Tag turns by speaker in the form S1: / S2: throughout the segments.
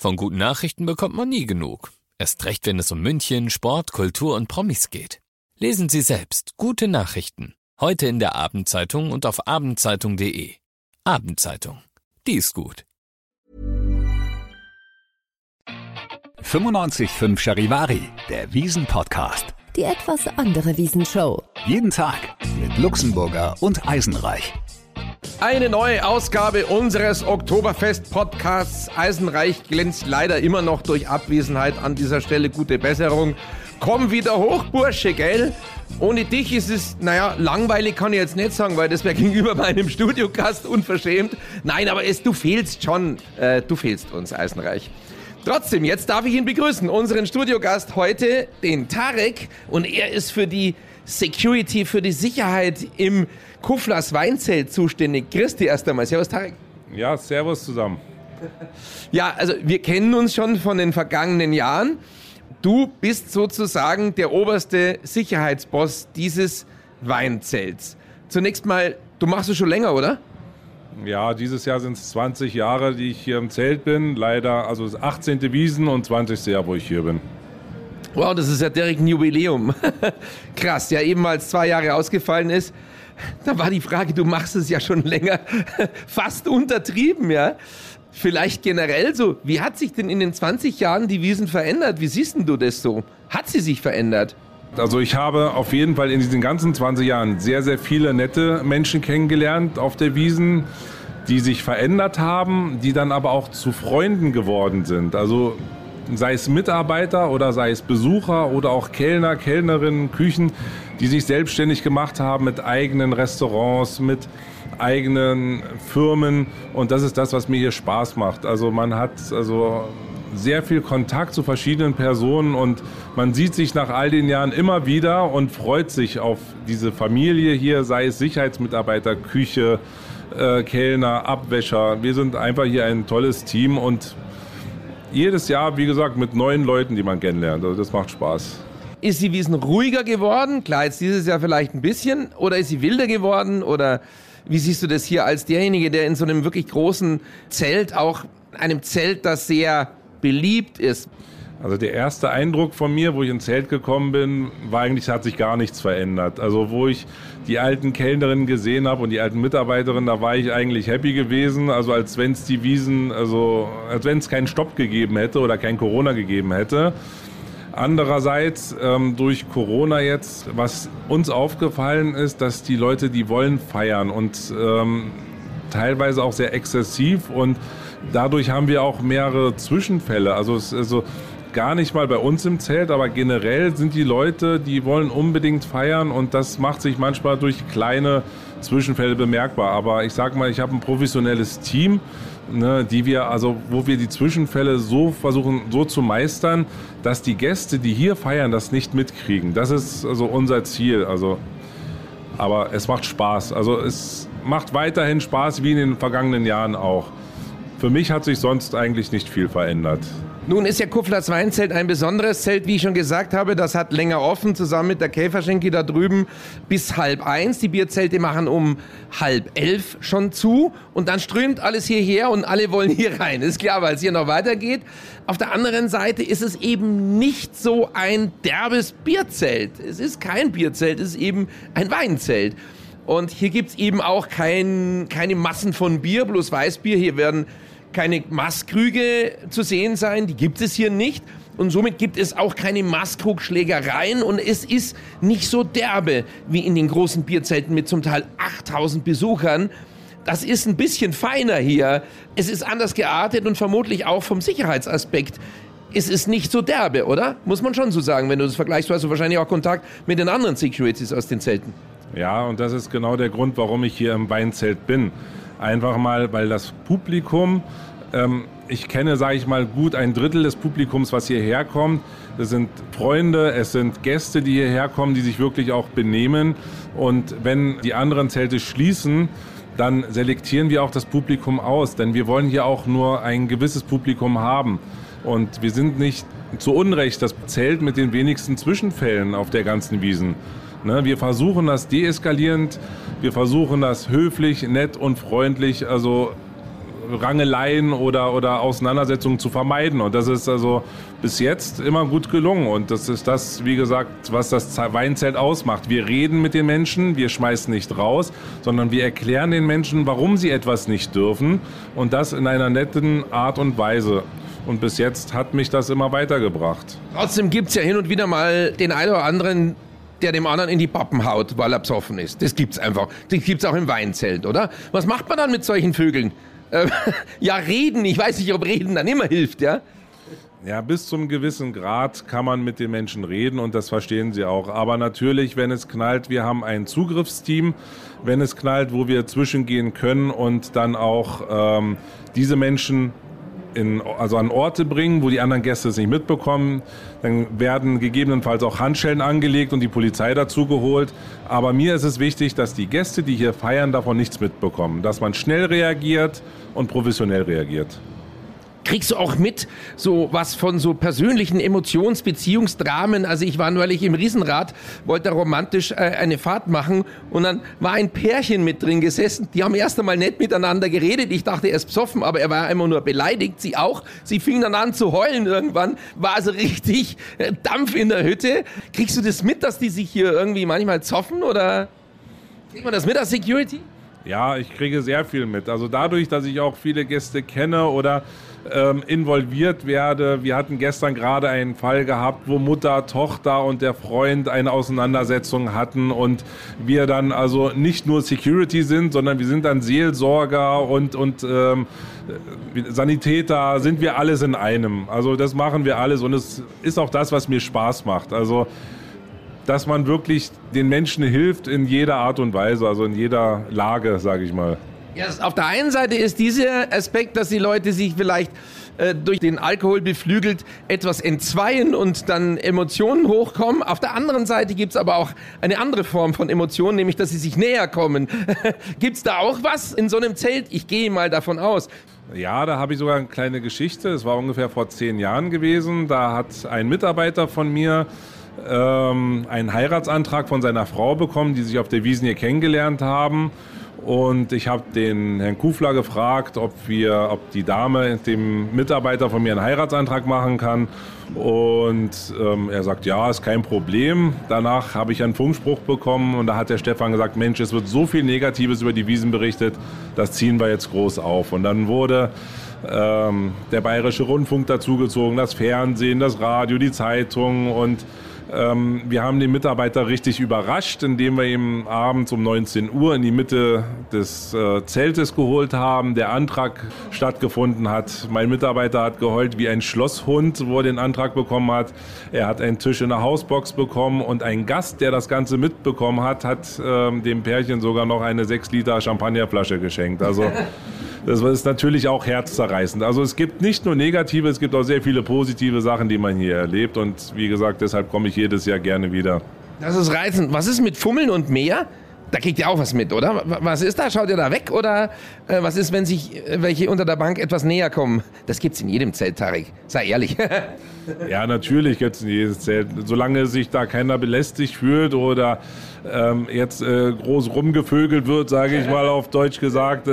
S1: Von guten Nachrichten bekommt man nie genug. Erst recht, wenn es um München, Sport, Kultur und Promis geht. Lesen Sie selbst gute Nachrichten. Heute in der Abendzeitung und auf abendzeitung.de. Abendzeitung. Die ist gut.
S2: 95.5 Charivari, der Wiesn-Podcast.
S3: Die etwas andere Wiesn-Show.
S2: Jeden Tag mit Luxemburger und Eisenreich.
S4: Eine neue Ausgabe unseres Oktoberfest-Podcasts. Eisenreich glänzt leider immer noch durch Abwesenheit. An dieser Stelle gute Besserung. Komm wieder hoch, Bursche, gell? Ohne dich ist es, langweilig kann ich jetzt nicht sagen, weil das wäre gegenüber meinem Studiogast unverschämt. Nein, aber du fehlst schon. Du fehlst uns, Eisenreich. Trotzdem, jetzt darf ich ihn begrüßen, unseren Studiogast heute, den Tarek. Und er ist für die Security, für die Sicherheit im Kuflers Weinzelt zuständig. Grüß dich erst einmal. Servus, Tarek.
S5: Ja, servus zusammen.
S4: Ja, also wir kennen uns schon von den vergangenen Jahren. Du bist sozusagen der oberste Sicherheitsboss dieses Weinzelts. Zunächst mal, du machst es schon länger, oder?
S5: Ja, dieses Jahr sind es 20 Jahre, die ich hier im Zelt bin. Leider, also das 18. Wiesn und 20. Jahr, wo ich hier bin.
S4: Wow, das ist ja direkt ein Jubiläum. Krass, ja, eben als 2 Jahre ausgefallen ist. Da war die Frage, du machst es ja schon länger, fast untertrieben, ja. Vielleicht generell so, wie hat sich denn in den 20 Jahren die Wiesn verändert? Wie siehst denn du das so? Hat sie sich verändert?
S5: Also ich habe auf jeden Fall in diesen ganzen 20 Jahren sehr, sehr viele nette Menschen kennengelernt auf der Wiesn, die sich verändert haben, die dann aber auch zu Freunden geworden sind. Also sei es Mitarbeiter oder sei es Besucher oder auch Kellner, Kellnerinnen, Küchen, die sich selbstständig gemacht haben mit eigenen Restaurants, mit eigenen Firmen. Und das ist das, was mir hier Spaß macht. Also man hat sehr viel Kontakt zu verschiedenen Personen und man sieht sich nach all den Jahren immer wieder und freut sich auf diese Familie hier, sei es Sicherheitsmitarbeiter, Küche, Kellner, Abwäscher. Wir sind einfach hier ein tolles Team und jedes Jahr, wie gesagt, mit neuen Leuten, die man kennenlernt. Also das macht Spaß.
S4: Ist die Wiesn ruhiger geworden? Klar, jetzt dieses Jahr vielleicht ein bisschen. Oder ist sie wilder geworden? Oder wie siehst du das hier als derjenige, der in so einem wirklich großen Zelt, auch einem Zelt, das sehr beliebt ist?
S5: Also der erste Eindruck von mir, wo ich ins Zelt gekommen bin, war eigentlich, hat sich gar nichts verändert. Also wo ich die alten Kellnerinnen gesehen habe und die alten Mitarbeiterinnen, da war ich eigentlich happy gewesen. Also als wenn es die Wiesn, als wenn es keinen Stopp gegeben hätte oder kein Corona gegeben hätte. Andererseits durch Corona jetzt, was uns aufgefallen ist, dass die Leute, die wollen feiern und teilweise auch sehr exzessiv und dadurch haben wir auch mehrere Zwischenfälle. Also gar nicht mal bei uns im Zelt, aber generell sind die Leute, die wollen unbedingt feiern und das macht sich manchmal durch kleine Zwischenfälle bemerkbar. Aber ich sag mal, ich habe ein professionelles Team, wo wir die Zwischenfälle so versuchen, so zu meistern, dass die Gäste, die hier feiern, das nicht mitkriegen. Das ist also unser Ziel. Aber es macht Spaß. Also es macht weiterhin Spaß, wie in den vergangenen Jahren auch. Für mich hat sich sonst eigentlich nicht viel verändert.
S4: Nun ist ja Kuflers Weinzelt ein besonderes Zelt, wie ich schon gesagt habe. Das hat länger offen, zusammen mit der Käferschenke da drüben bis 12:30. Die Bierzelte machen um 10:30 schon zu. Und dann strömt alles hierher und alle wollen hier rein. Ist klar, weil es hier noch weitergeht. Auf der anderen Seite ist es eben nicht so ein derbes Bierzelt. Es ist kein Bierzelt, es ist eben ein Weinzelt. Und hier gibt's eben auch keine Massen von Bier, bloß Weißbier. Hier werden keine Maßkrüge zu sehen sein, die gibt es hier nicht. Und somit gibt es auch keine Maßkrugschlägereien und es ist nicht so derbe wie in den großen Bierzelten mit zum Teil 8000 Besuchern. Das ist ein bisschen feiner hier. Es ist anders geartet und vermutlich auch vom Sicherheitsaspekt. Es ist nicht so derbe, oder? Muss man schon so sagen, wenn du das vergleichst. Du hast wahrscheinlich auch Kontakt mit den anderen Securities aus den Zelten.
S5: Ja, und das ist genau der Grund, warum ich hier im Weinzelt bin. Einfach mal, weil das Publikum, ich kenne, sage ich mal, gut 1/3 des Publikums, was hierher kommt. Das sind Freunde, es sind Gäste, die hierher kommen, die sich wirklich auch benehmen. Und wenn die anderen Zelte schließen, dann selektieren wir auch das Publikum aus. Denn wir wollen hier auch nur ein gewisses Publikum haben. Und wir sind nicht zu Unrecht das Zelt mit den wenigsten Zwischenfällen auf der ganzen Wiesn. Wir versuchen das deeskalierend, wir versuchen das höflich, nett und freundlich, Rangeleien oder Auseinandersetzungen zu vermeiden. Und das ist also bis jetzt immer gut gelungen. Und das ist das, wie gesagt, was das Weinzelt ausmacht. Wir reden mit den Menschen, wir schmeißen nicht raus, sondern wir erklären den Menschen, warum sie etwas nicht dürfen. Und das in einer netten Art und Weise. Und bis jetzt hat mich das immer weitergebracht.
S4: Trotzdem gibt es ja hin und wieder mal den einen oder anderen, der dem anderen in die Pappen haut, weil er besoffen ist. Das gibt's einfach. Das gibt's auch im Weinzelt, oder? Was macht man dann mit solchen Vögeln? Ja, reden. Ich weiß nicht, ob reden dann immer hilft, ja?
S5: Ja, bis zum gewissen Grad kann man mit den Menschen reden und das verstehen sie auch. Aber natürlich, wenn es knallt, wir haben ein Zugriffsteam, wenn es knallt, wo wir zwischengehen können und dann auch diese Menschen an Orte bringen, wo die anderen Gäste es nicht mitbekommen. Dann werden gegebenenfalls auch Handschellen angelegt und die Polizei dazu geholt. Aber mir ist es wichtig, dass die Gäste, die hier feiern, davon nichts mitbekommen. Dass man schnell reagiert und professionell reagiert.
S4: Kriegst du auch mit so was von so persönlichen Emotionsbeziehungsdramen? Also ich war neulich im Riesenrad, wollte romantisch eine Fahrt machen und dann war ein Pärchen mit drin gesessen. Die haben erst einmal nett miteinander geredet. Ich dachte, er ist besoffen, aber er war immer nur beleidigt. Sie auch. Sie fing dann an zu heulen irgendwann. War also richtig Dampf in der Hütte. Kriegst du das mit, dass die sich hier irgendwie manchmal zoffen oder kriegt man das mit als Security?
S5: Ja, ich kriege sehr viel mit. Also dadurch, dass ich auch viele Gäste kenne oder involviert werde. Wir hatten gestern gerade einen Fall gehabt, wo Mutter, Tochter und der Freund eine Auseinandersetzung hatten und wir dann also nicht nur Security sind, sondern wir sind dann Seelsorger und Sanitäter, sind wir alles in einem. Also das machen wir alles und es ist auch das, was mir Spaß macht. Also dass man wirklich den Menschen hilft in jeder Art und Weise, also in jeder Lage, sage ich mal.
S4: Ja, auf der einen Seite ist dieser Aspekt, dass die Leute sich vielleicht durch den Alkohol beflügelt etwas entzweien und dann Emotionen hochkommen. Auf der anderen Seite gibt es aber auch eine andere Form von Emotionen, nämlich dass sie sich näher kommen. Gibt es da auch was in so einem Zelt? Ich gehe mal davon aus.
S5: Ja, da habe ich sogar eine kleine Geschichte. Es war ungefähr vor 10 Jahren gewesen. Da hat ein Mitarbeiter von mir einen Heiratsantrag von seiner Frau bekommen, die sich auf der Wiesn hier kennengelernt haben. Und ich habe den Herrn Kufler gefragt, ob die Dame dem Mitarbeiter von mir einen Heiratsantrag machen kann. Und er sagt, ja, ist kein Problem. Danach habe ich einen Funkspruch bekommen und da hat der Stefan gesagt, Mensch, es wird so viel Negatives über die Wiesn berichtet, das ziehen wir jetzt groß auf. Und dann wurde der Bayerische Rundfunk dazugezogen, das Fernsehen, das Radio, die Zeitung und wir haben den Mitarbeiter richtig überrascht, indem wir ihn abends um 19 Uhr in die Mitte des Zeltes geholt haben. Der Antrag stattgefunden hat. Mein Mitarbeiter hat geheult wie ein Schlosshund, wo er den Antrag bekommen hat. Er hat einen Tisch in der Hausbox bekommen und ein Gast, der das Ganze mitbekommen hat, hat dem Pärchen sogar noch eine 6 Liter Champagnerflasche geschenkt. Also das ist natürlich auch herzzerreißend. Also es gibt nicht nur negative, es gibt auch sehr viele positive Sachen, die man hier erlebt. Und wie gesagt, deshalb komme ich jedes Jahr gerne wieder.
S4: Das ist reizend. Was ist mit Fummeln und Meer? Da kriegt ihr auch was mit, oder? Was ist da? Schaut ihr da weg? Oder was ist, wenn sich welche unter der Bank etwas näher kommen? Das gibt's in jedem Zelt, Tarek. Sei ehrlich.
S5: Ja, natürlich gibt's in jedem Zelt. Solange sich da keiner belästigt fühlt oder jetzt groß rumgevögelt wird, sage ich mal auf Deutsch gesagt,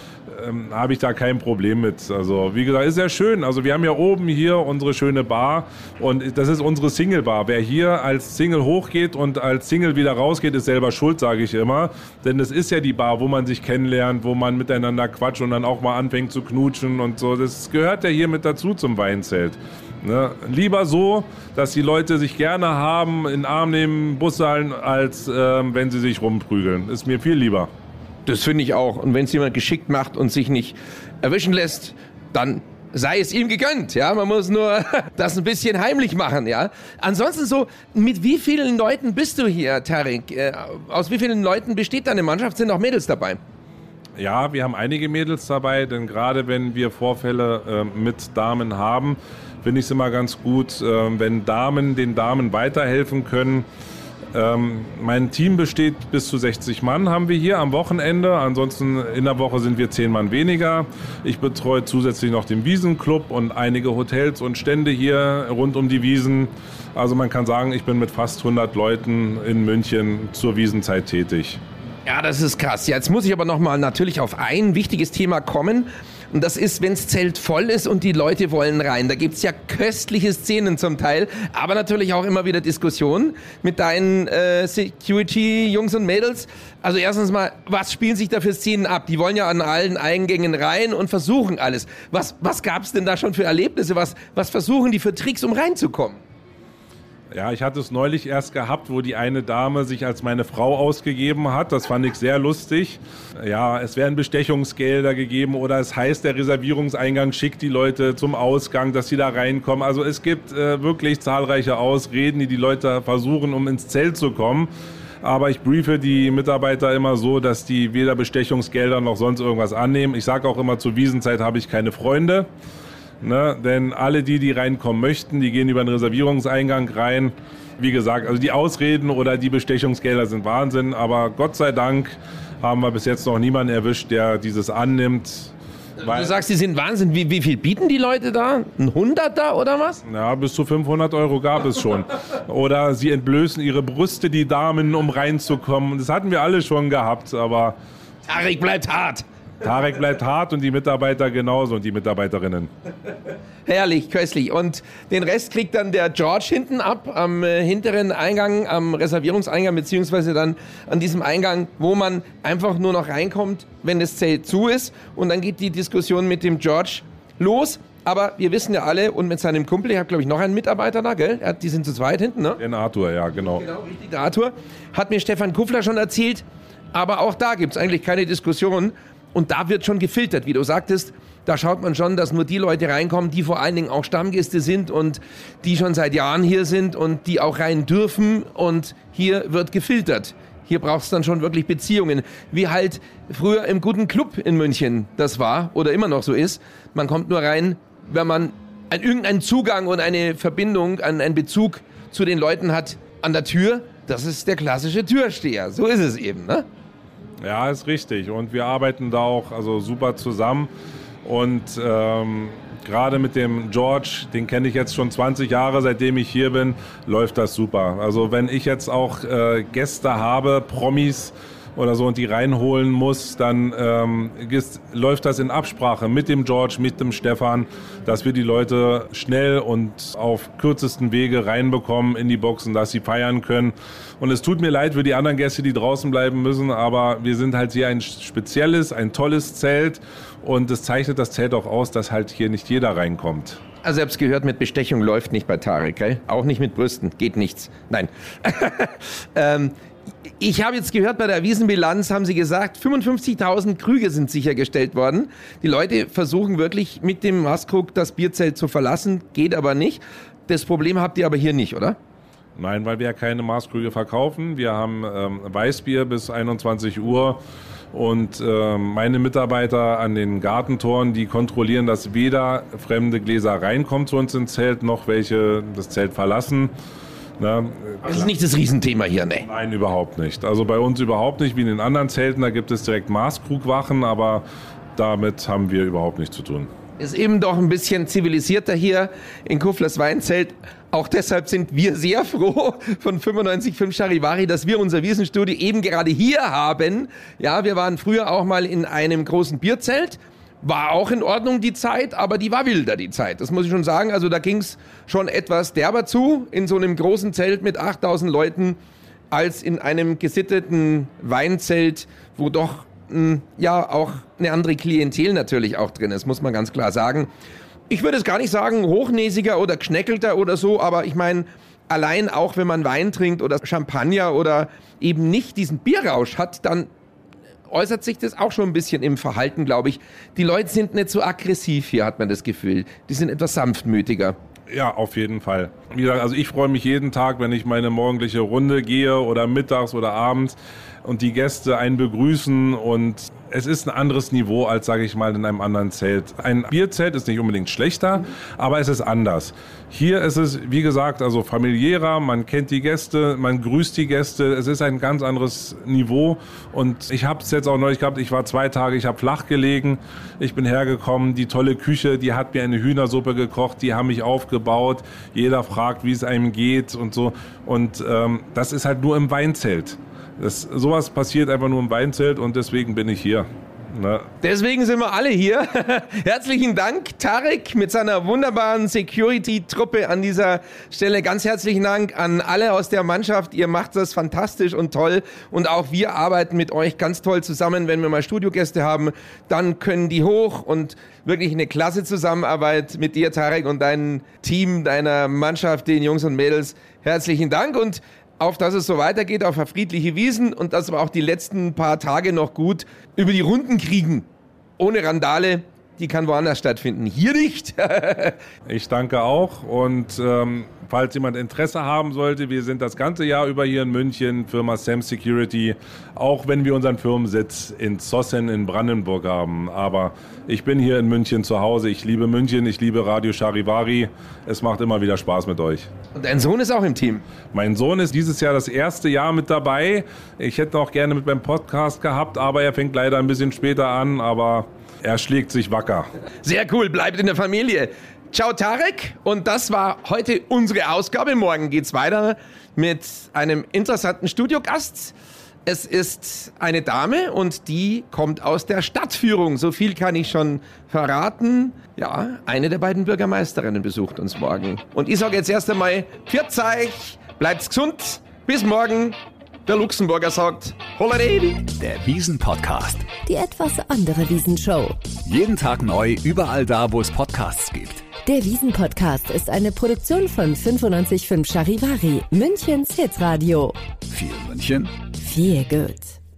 S5: habe ich da kein Problem mit. Also wie gesagt, ist sehr schön. Also wir haben ja oben hier unsere schöne Bar und das ist unsere Single-Bar. Wer hier als Single hochgeht und als Single wieder rausgeht, ist selber schuld, sage ich immer. Denn es ist ja die Bar, wo man sich kennenlernt, wo man miteinander quatscht und dann auch mal anfängt zu knutschen und so. Das gehört ja hier mit dazu zum Weinzelt. Ne? Lieber so, dass die Leute sich gerne haben, in den Arm nehmen, Bussallen, als wenn sie sich rumprügeln. Ist mir viel lieber.
S4: Das finde ich auch. Und wenn es jemand geschickt macht und sich nicht erwischen lässt, dann sei es ihm gegönnt. Ja, man muss nur das ein bisschen heimlich machen. Ja. Ansonsten so, mit wie vielen Leuten bist du hier, Tarek? Aus wie vielen Leuten besteht deine Mannschaft? Sind auch Mädels dabei?
S5: Ja, wir haben einige Mädels dabei, denn gerade wenn wir Vorfälle mit Damen haben, finde ich es immer ganz gut, wenn Damen den Damen weiterhelfen können. Mein Team besteht bis zu 60 Mann, haben wir hier am Wochenende. Ansonsten in der Woche sind wir 10 Mann weniger. Ich betreue zusätzlich noch den Wiesenclub und einige Hotels und Stände hier rund um die Wiesn. Also man kann sagen, ich bin mit fast 100 Leuten in München zur Wiesnzeit tätig.
S4: Ja, das ist krass. Jetzt muss ich aber nochmal natürlich auf ein wichtiges Thema kommen. Und das ist, wenn das Zelt voll ist und die Leute wollen rein. Da gibt es ja köstliche Szenen zum Teil, aber natürlich auch immer wieder Diskussionen mit deinen Security-Jungs und Mädels. Also erstens mal, was spielen sich da für Szenen ab? Die wollen ja an allen Eingängen rein und versuchen alles. Was gab es denn da schon für Erlebnisse? Was versuchen die für Tricks, um reinzukommen?
S5: Ja, ich hatte es neulich erst gehabt, wo die eine Dame sich als meine Frau ausgegeben hat. Das fand ich sehr lustig. Ja, es werden Bestechungsgelder gegeben oder es heißt, der Reservierungseingang schickt die Leute zum Ausgang, dass sie da reinkommen. Also es gibt wirklich zahlreiche Ausreden, die Leute versuchen, um ins Zelt zu kommen. Aber ich briefe die Mitarbeiter immer so, dass die weder Bestechungsgelder noch sonst irgendwas annehmen. Ich sage auch immer, zur Wiesenzeit habe ich keine Freunde. Ne, denn alle die reinkommen möchten, die gehen über den Reservierungseingang rein. Wie gesagt, also die Ausreden oder die Bestechungsgelder sind Wahnsinn, aber Gott sei Dank haben wir bis jetzt noch niemanden erwischt, der dieses annimmt.
S4: Du sagst, die sind Wahnsinn. Wie viel bieten die Leute da? Ein Hunderter oder was?
S5: Ja, bis zu 500 € gab es schon. Oder sie entblößen ihre Brüste, die Damen, um reinzukommen. Das hatten wir alle schon gehabt, aber...
S4: Tarek bleibt hart.
S5: Tarek bleibt hart und die Mitarbeiter genauso und die Mitarbeiterinnen.
S4: Herrlich, köstlich. Und den Rest kriegt dann der George hinten ab, am hinteren Eingang, am Reservierungseingang, beziehungsweise dann an diesem Eingang, wo man einfach nur noch reinkommt, wenn das Zelt zu ist. Und dann geht die Diskussion mit dem George los. Aber wir wissen ja alle, und mit seinem Kumpel, ich habe glaube ich noch einen Mitarbeiter da, gell? Die sind zu zweit hinten, ne?
S5: Den Arthur, ja, genau.
S4: Genau, richtig, der Arthur. Hat mir Stefan Kuffler schon erzählt. Aber auch da gibt es eigentlich keine Diskussion. Und da wird schon gefiltert, wie du sagtest. Da schaut man schon, dass nur die Leute reinkommen, die vor allen Dingen auch Stammgäste sind und die schon seit Jahren hier sind und die auch rein dürfen. Und hier wird gefiltert. Hier braucht es dann schon wirklich Beziehungen. Wie halt früher im guten Club in München das war oder immer noch so ist. Man kommt nur rein, wenn man irgendeinen Zugang und eine Verbindung, einen Bezug zu den Leuten hat an der Tür. Das ist der klassische Türsteher. So ist es eben, ne?
S5: Ja, ist richtig. Und wir arbeiten da auch also super zusammen. Und gerade mit dem George, den kenne ich jetzt schon 20 Jahre, seitdem ich hier bin, läuft das super. Also wenn ich jetzt auch Gäste habe, Promis oder so, und die reinholen muss, dann läuft das in Absprache mit dem George, mit dem Stefan, dass wir die Leute schnell und auf kürzesten Wege reinbekommen in die Boxen, dass sie feiern können. Und es tut mir leid für die anderen Gäste, die draußen bleiben müssen, aber wir sind halt hier ein spezielles, ein tolles Zelt und es zeichnet das Zelt auch aus, dass halt hier nicht jeder reinkommt.
S4: Also ich hab's gehört, mit Bestechung läuft nicht bei Tarek, gell? Auch nicht mit Brüsten, geht nichts. Nein. Ich habe jetzt gehört, bei der Wiesenbilanz haben sie gesagt, 55.000 Krüge sind sichergestellt worden. Die Leute versuchen wirklich mit dem Maßkrug das Bierzelt zu verlassen, geht aber nicht. Das Problem habt ihr aber hier nicht, oder?
S5: Nein, weil wir ja keine Maßkrüge verkaufen. Wir haben Weißbier bis 21 Uhr und meine Mitarbeiter an den Gartentoren, die kontrollieren, dass weder fremde Gläser reinkommen zu uns ins Zelt, noch welche das Zelt verlassen. Na,
S4: das ist nicht das Riesenthema hier, ne?
S5: Nein, überhaupt nicht. Also bei uns überhaupt nicht, wie in den anderen Zelten. Da gibt es direkt Maßkrugwachen, aber damit haben wir überhaupt nichts zu tun.
S4: Ist eben doch ein bisschen zivilisierter hier in Kufflers Weinzelt. Auch deshalb sind wir sehr froh von 95.5 Charivari, dass wir unser Wiesenstudio eben gerade hier haben. Ja, wir waren früher auch mal in einem großen Bierzelt. War auch in Ordnung die Zeit, aber die war wilder, die Zeit. Das muss ich schon sagen. Also da ging's schon etwas derber zu, in so einem großen Zelt mit 8.000 Leuten, als in einem gesitteten Weinzelt, wo doch ja auch eine andere Klientel natürlich auch drin ist, muss man ganz klar sagen. Ich würde es gar nicht sagen hochnäsiger oder geschnäckelter oder so, aber ich meine, allein auch wenn man Wein trinkt oder Champagner oder eben nicht diesen Bierrausch hat, dann äußert sich das auch schon ein bisschen im Verhalten, glaube ich. Die Leute sind nicht so aggressiv hier, hat man das Gefühl. Die sind etwas sanftmütiger.
S5: Ja, auf jeden Fall. Wie gesagt, also ich freue mich jeden Tag, wenn ich meine morgendliche Runde gehe oder mittags oder abends und die Gäste einen begrüßen und es ist ein anderes Niveau als, sage ich mal, in einem anderen Zelt. Ein Bierzelt ist nicht unbedingt schlechter, aber es ist anders. Hier ist es, wie gesagt, also familiärer, man kennt die Gäste, man grüßt die Gäste, es ist ein ganz anderes Niveau und ich habe es jetzt auch neulich gehabt, ich war 2 Tage, ich habe flach gelegen, ich bin hergekommen, die tolle Küche, die hat mir eine Hühnersuppe gekocht, die haben mich aufgebaut, jeder fragt, wie es einem geht und so und das ist halt nur im Weinzelt. Sowas passiert einfach nur im Weinzelt und deswegen bin ich hier. Ne?
S4: Deswegen sind wir alle hier. Herzlichen Dank, Tarek, mit seiner wunderbaren Security-Truppe an dieser Stelle. Ganz herzlichen Dank an alle aus der Mannschaft. Ihr macht das fantastisch und toll. Und auch wir arbeiten mit euch ganz toll zusammen. Wenn wir mal Studiogäste haben, dann können die hoch. Und wirklich eine klasse Zusammenarbeit mit dir, Tarek, und deinem Team, deiner Mannschaft, den Jungs und Mädels. Herzlichen Dank und auf dass es so weitergeht, auf friedliche Wiesen und dass wir auch die letzten paar Tage noch gut über die Runden kriegen. Ohne Randale, die kann woanders stattfinden. Hier nicht.
S5: Ich danke auch und falls jemand Interesse haben sollte, wir sind das ganze Jahr über hier in München, Firma Sam Security, auch wenn wir unseren Firmensitz in Zossen in Brandenburg haben. Aber ich bin hier in München zu Hause. Ich liebe München, ich liebe Radio Charivari. Es macht immer wieder Spaß mit euch.
S4: Und dein Sohn ist auch im Team?
S5: Mein Sohn ist dieses Jahr das erste Jahr mit dabei. Ich hätte auch gerne mit beim Podcast gehabt, aber er fängt leider ein bisschen später an, aber er schlägt sich wacker.
S4: Sehr cool, bleibt in der Familie. Ciao Tarek, und das war heute unsere Ausgabe. Morgen geht's weiter mit einem interessanten Studiogast. Es ist eine Dame und die kommt aus der Stadtführung. So viel kann ich schon verraten. Ja, eine der beiden Bürgermeisterinnen besucht uns morgen. Und ich sage jetzt erst einmal, pfiat euch, bleibt's gesund, bis morgen. Der Luxemburger sagt, Holleredi.
S2: Der Wiesn-Podcast.
S3: Die etwas andere Wiesn-Show.
S2: Jeden Tag neu, überall da, wo es Podcasts gibt.
S3: Der Wiesn-Podcast ist eine Produktion von 95.5 Charivari, Münchens Hitradio.
S2: Viel München.
S3: Viel gut.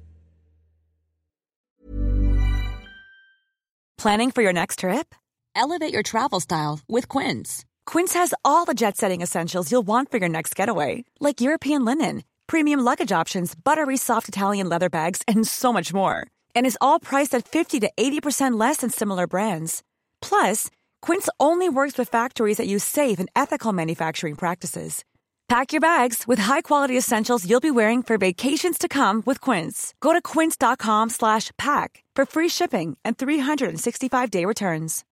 S6: Planning for your next trip? Elevate your travel style with Quince. Quince has all the jet-setting essentials you'll want for your next getaway, like European linen, premium luggage options, buttery soft Italian leather bags, and so much more. And is all priced at 50 to 80% less than similar brands. Plus, Quince only works with factories that use safe and ethical manufacturing practices. Pack your bags with high-quality essentials you'll be wearing for vacations to come with Quince. Go to quince.com/pack for free shipping and 365-day returns.